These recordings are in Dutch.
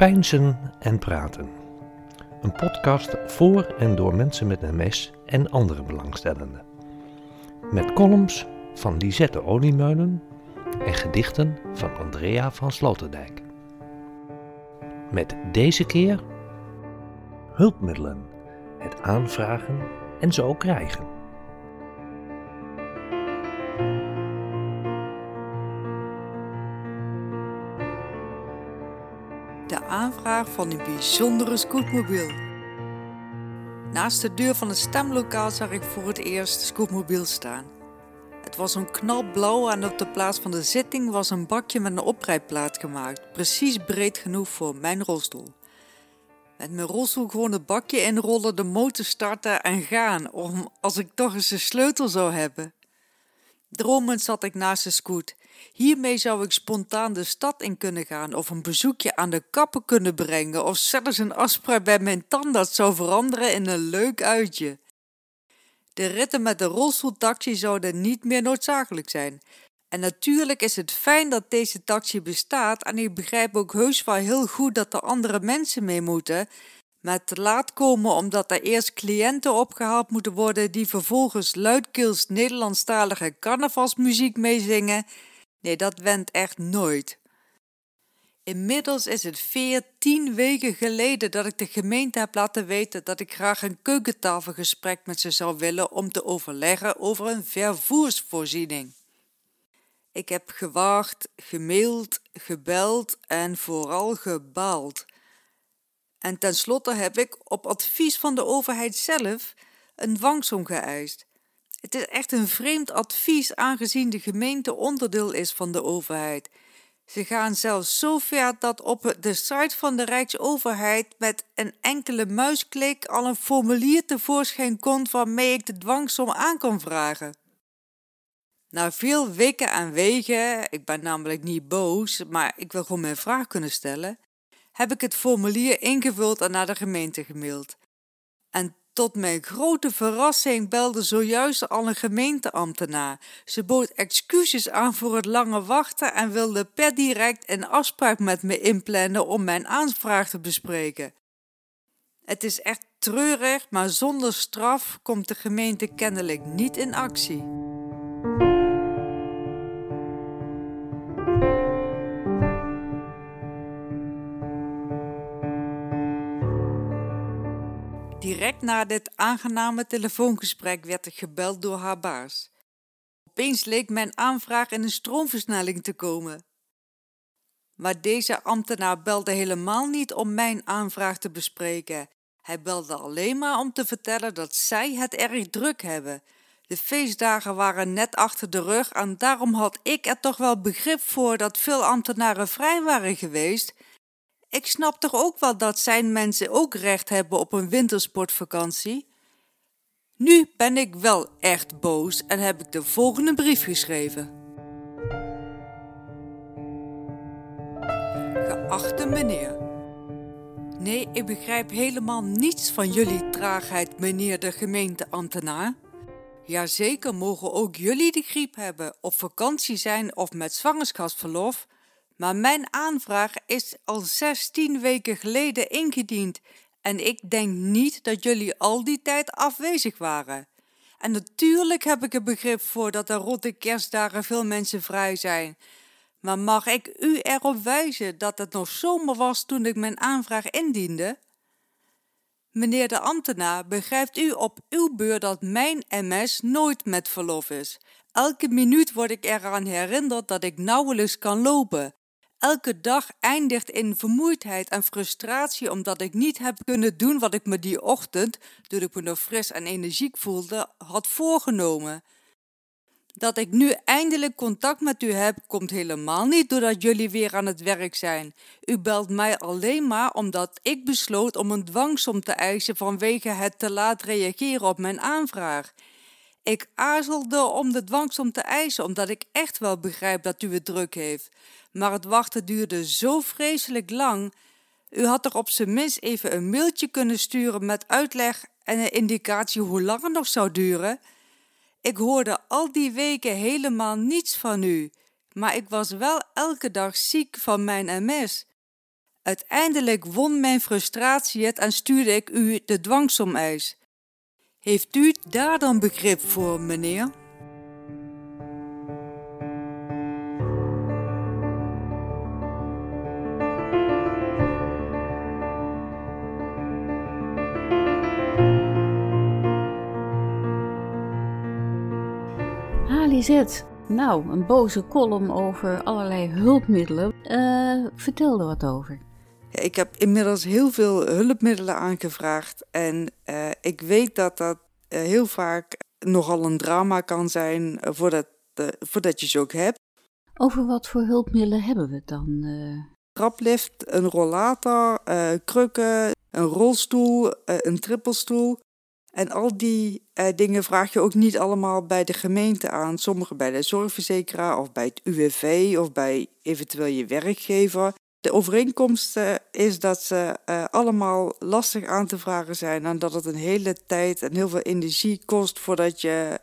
Peinzen en praten. Een podcast voor en door mensen met MS en andere belangstellenden. Met columns van Lisette Oliemeulen en gedichten van Andrea van Sloterdijk. Met deze keer hulpmiddelen, het aanvragen en ze ook krijgen. De aanvraag van een bijzondere scootmobiel. Naast de deur van het stemlokaal zag ik voor het eerst de scootmobiel staan. Het was een knalblauw en op de plaats van de zitting was een bakje met een oprijplaat gemaakt, precies breed genoeg voor mijn rolstoel. Met mijn rolstoel gewoon het bakje inrollen, de motor starten en gaan, om als ik toch eens de sleutel zou hebben. Dromend zat ik naast de scoot. Hiermee zou ik spontaan de stad in kunnen gaan of een bezoekje aan de kapper kunnen brengen of zelfs een afspraak bij mijn tandarts zou veranderen in een leuk uitje. De ritten met de rolstoeltaxi zouden niet meer noodzakelijk zijn. En natuurlijk is het fijn dat deze taxi bestaat en ik begrijp ook heus wel heel goed dat er andere mensen mee moeten, maar te laat komen omdat er eerst cliënten opgehaald moeten worden die vervolgens luidkeels Nederlandstalige carnavalsmuziek meezingen, nee, dat went echt nooit. Inmiddels is het 10 weken geleden dat ik de gemeente heb laten weten dat ik graag een keukentafelgesprek met ze zou willen om te overleggen over een vervoersvoorziening. Ik heb gewacht, gemaild, gebeld en vooral gebaald. En tenslotte heb ik, op advies van de overheid zelf, een dwangsom geëist. Het is echt een vreemd advies aangezien de gemeente onderdeel is van de overheid. Ze gaan zelfs zo ver dat op de site van de Rijksoverheid met een enkele muisklik al een formulier tevoorschijn komt waarmee ik de dwangsom aan kan vragen. Na veel wikken en wegen, ik ben namelijk niet boos, maar ik wil gewoon mijn vraag kunnen stellen, heb ik het formulier ingevuld en naar de gemeente gemaild. En tot mijn grote verrassing belde zojuist al een gemeenteambtenaar. Ze bood excuses aan voor het lange wachten en wilde per direct een afspraak met me inplannen om mijn aanvraag te bespreken. Het is echt treurig, maar zonder straf komt de gemeente kennelijk niet in actie. Direct na dit aangename telefoongesprek werd ik gebeld door haar baas. Opeens leek mijn aanvraag in een stroomversnelling te komen. Maar deze ambtenaar belde helemaal niet om mijn aanvraag te bespreken. Hij belde alleen maar om te vertellen dat zij het erg druk hebben. De feestdagen waren net achter de rug en daarom had ik er toch wel begrip voor dat veel ambtenaren vrij waren geweest. Ik snap toch ook wel dat zijn mensen ook recht hebben op een wintersportvakantie? Nu ben ik wel echt boos en heb ik de volgende brief geschreven. Geachte meneer. Nee, ik begrijp helemaal niets van jullie traagheid, meneer de gemeenteambtenaar. Jazeker mogen ook jullie de griep hebben, op vakantie zijn of met zwangerschapsverlof. Maar mijn aanvraag is al 16 weken geleden ingediend en ik denk niet dat jullie al die tijd afwezig waren. En natuurlijk heb ik er begrip voor dat er rond de kerstdagen veel mensen vrij zijn. Maar mag ik u erop wijzen dat het nog zomer was toen ik mijn aanvraag indiende? Meneer de ambtenaar, begrijpt u op uw beurt dat mijn MS nooit met verlof is? Elke minuut word ik eraan herinnerd dat ik nauwelijks kan lopen. Elke dag eindigt in vermoeidheid en frustratie omdat ik niet heb kunnen doen wat ik me die ochtend, toen ik me nog fris en energiek voelde, had voorgenomen. Dat ik nu eindelijk contact met u heb, komt helemaal niet doordat jullie weer aan het werk zijn. U belt mij alleen maar omdat ik besloot om een dwangsom te eisen vanwege het te laat reageren op mijn aanvraag. Ik aarzelde om de dwangsom te eisen omdat ik echt wel begrijp dat u het druk heeft. Maar het wachten duurde zo vreselijk lang. U had toch op zijn minst even een mailtje kunnen sturen met uitleg en een indicatie hoe lang het nog zou duren? Ik hoorde al die weken helemaal niets van u, maar ik was wel elke dag ziek van mijn MS. Uiteindelijk won mijn frustratie het en stuurde ik u de dwangsom-eis. Heeft u daar dan begrip voor, meneer? Lisette, nou, een boze column over allerlei hulpmiddelen. Vertel er wat over. Ja, ik heb inmiddels heel veel hulpmiddelen aangevraagd en ik weet dat dat heel vaak nogal een drama kan zijn voordat je ze ook hebt. Over wat voor hulpmiddelen hebben we het dan? Traplift, een rollator, krukken, een rolstoel, een trippelstoel. En al die dingen vraag je ook niet allemaal bij de gemeente aan. Sommige bij de zorgverzekeraar of bij het UWV of bij eventueel je werkgever. De overeenkomst is dat ze allemaal lastig aan te vragen zijn en dat het een hele tijd en heel veel energie kost voordat je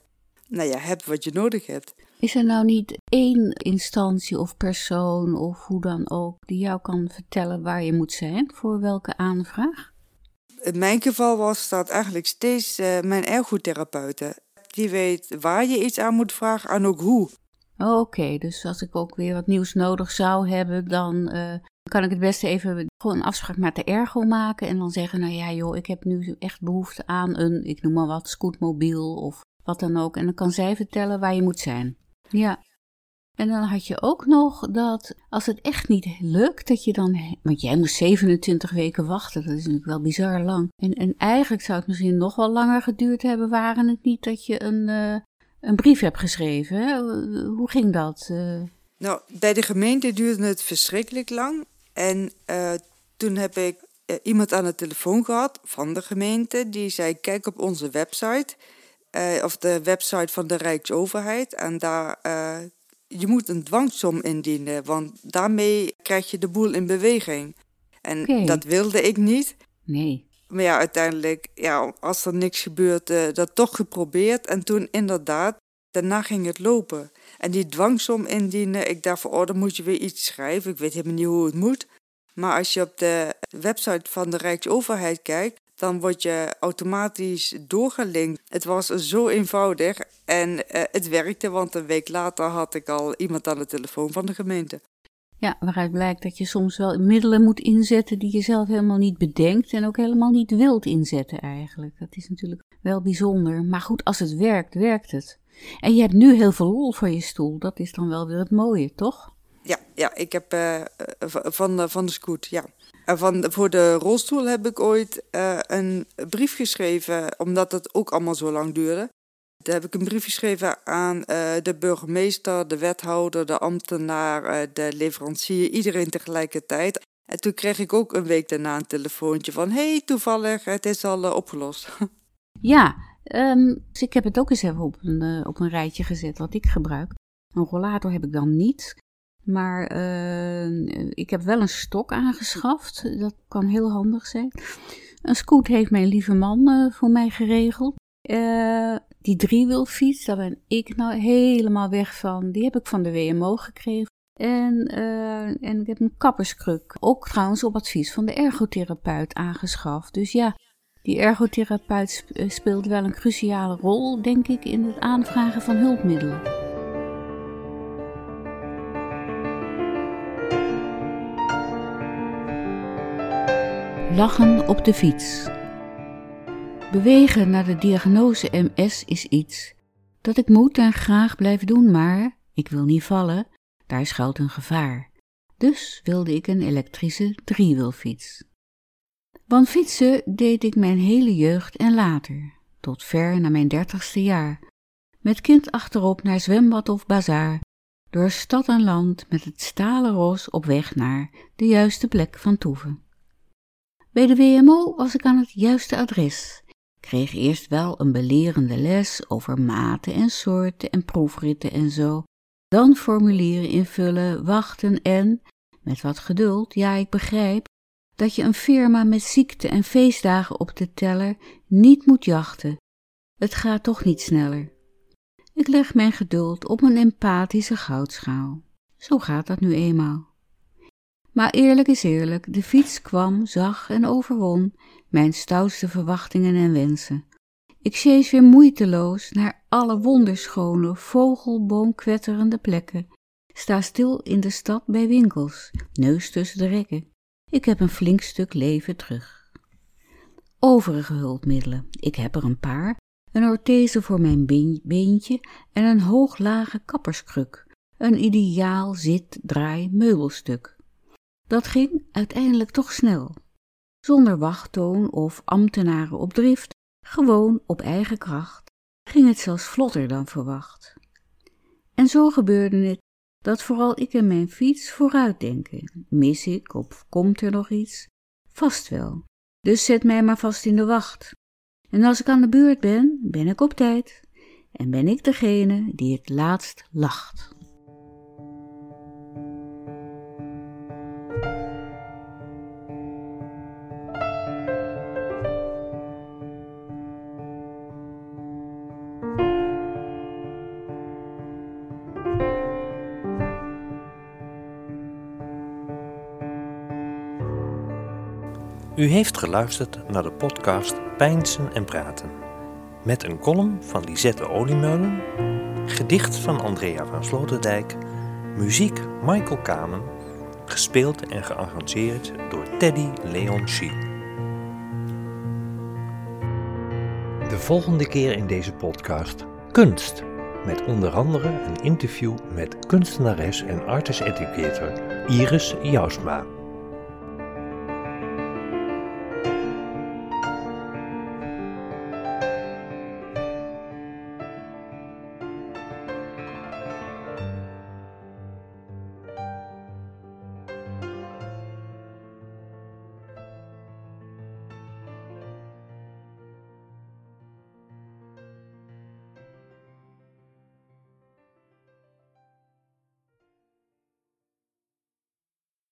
hebt wat je nodig hebt. Is er nou niet één instantie of persoon of hoe dan ook die jou kan vertellen waar je moet zijn voor welke aanvraag? In mijn geval was dat eigenlijk steeds mijn ergotherapeute. Die weet waar je iets aan moet vragen en ook hoe. Oké, dus als ik ook weer wat nieuws nodig zou hebben, dan kan ik het beste even gewoon een afspraak met de ergo maken en dan zeggen, nou ja joh, ik heb nu echt behoefte aan een, ik noem maar wat, scootmobiel of wat dan ook. En dan kan zij vertellen waar je moet zijn. Ja. En dan had je ook nog dat als het echt niet lukt, dat je dan, want jij moest 27 weken wachten, dat is natuurlijk wel bizar lang. En eigenlijk zou het misschien nog wel langer geduurd hebben, waren het niet dat je een brief hebt geschreven. Hè? Hoe ging dat? Nou, bij de gemeente duurde het verschrikkelijk lang. En toen heb ik iemand aan de telefoon gehad van de gemeente, die zei, kijk op onze website, of de website van de Rijksoverheid, en daar... Je moet een dwangsom indienen, want daarmee krijg je de boel in beweging. En dat wilde ik niet. Nee. Maar ja, uiteindelijk, als er niks gebeurt, dat toch geprobeerd. En toen inderdaad, daarna ging het lopen. En die dwangsom indienen, ik dacht van, dan moet je weer iets schrijven. Ik weet helemaal niet hoe het moet. Maar als je op de website van de Rijksoverheid kijkt, dan word je automatisch doorgelinkt. Het was zo eenvoudig en het werkte, want een week later had ik al iemand aan de telefoon van de gemeente. Ja, waaruit blijkt dat je soms wel middelen moet inzetten die je zelf helemaal niet bedenkt en ook helemaal niet wilt inzetten eigenlijk. Dat is natuurlijk wel bijzonder. Maar goed, als het werkt, werkt het. En je hebt nu heel veel lol van je stoel. Dat is dan wel weer het mooie, toch? Ja, ik heb van de scoot, ja. Voor de rolstoel heb ik ooit een brief geschreven, omdat het ook allemaal zo lang duurde. Daar heb ik een brief geschreven aan de burgemeester, de wethouder, de ambtenaar, de leverancier, iedereen tegelijkertijd. En toen kreeg ik ook een week daarna een telefoontje van, hey, toevallig, het is al opgelost. Ja, dus ik heb het ook eens even op een rijtje gezet wat ik gebruik. Een rollator heb ik dan niet. Maar ik heb wel een stok aangeschaft. Dat kan heel handig zijn. Een scoot heeft mijn lieve man voor mij geregeld. Die driewielfiets, daar ben ik nou helemaal weg van. Die heb ik van de WMO gekregen. En ik heb een kapperskruk. Ook trouwens op advies van de ergotherapeut aangeschaft. Dus ja, die ergotherapeut speelt wel een cruciale rol, denk ik, in het aanvragen van hulpmiddelen. Lachen op de fiets. Bewegen naar de diagnose MS is iets dat ik moet en graag blijf doen, maar ik wil niet vallen, daar schuilt een gevaar. Dus wilde ik een elektrische driewielfiets. Want fietsen deed ik mijn hele jeugd en later, tot ver na mijn 30ste jaar, met kind achterop naar zwembad of bazaar, door stad en land met het stalen ros op weg naar de juiste plek van toeven. Bij de WMO was ik aan het juiste adres. Kreeg eerst wel een belerende les over maten en soorten en proefritten en zo. Dan formulieren invullen, wachten en, met wat geduld, ja ik begrijp, dat je een firma met ziekte en feestdagen op de teller niet moet jachten. Het gaat toch niet sneller. Ik leg mijn geduld op een empathische goudschaal. Zo gaat dat nu eenmaal. Maar eerlijk is eerlijk, de fiets kwam, zag en overwon mijn stoutste verwachtingen en wensen. Ik sjees weer moeiteloos naar alle wonderschone, vogelboomkwetterende plekken. Sta stil in de stad bij winkels, neus tussen de rekken. Ik heb een flink stuk leven terug. Overige hulpmiddelen, ik heb er een paar. Een orthese voor mijn beentje en een hooglage kapperskruk. Een ideaal zit-draai-meubelstuk. Dat ging uiteindelijk toch snel. Zonder wachttoon of ambtenaren op drift, gewoon op eigen kracht, ging het zelfs vlotter dan verwacht. En zo gebeurde het dat vooral ik en mijn fiets vooruitdenken. Mis ik of komt er nog iets? Vast wel, dus zet mij maar vast in de wacht. En als ik aan de beurt ben, ben ik op tijd en ben ik degene die het laatst lacht. U heeft geluisterd naar de podcast Peinzen en Praten. Met een column van Lisette Oliemeulen, gedicht van Andrea van Sloterdijk, muziek Michael Kamen, gespeeld en gearrangeerd door Teddy Leonci. De volgende keer in deze podcast kunst, met onder andere een interview met kunstenares en artist educator Iris Jousma.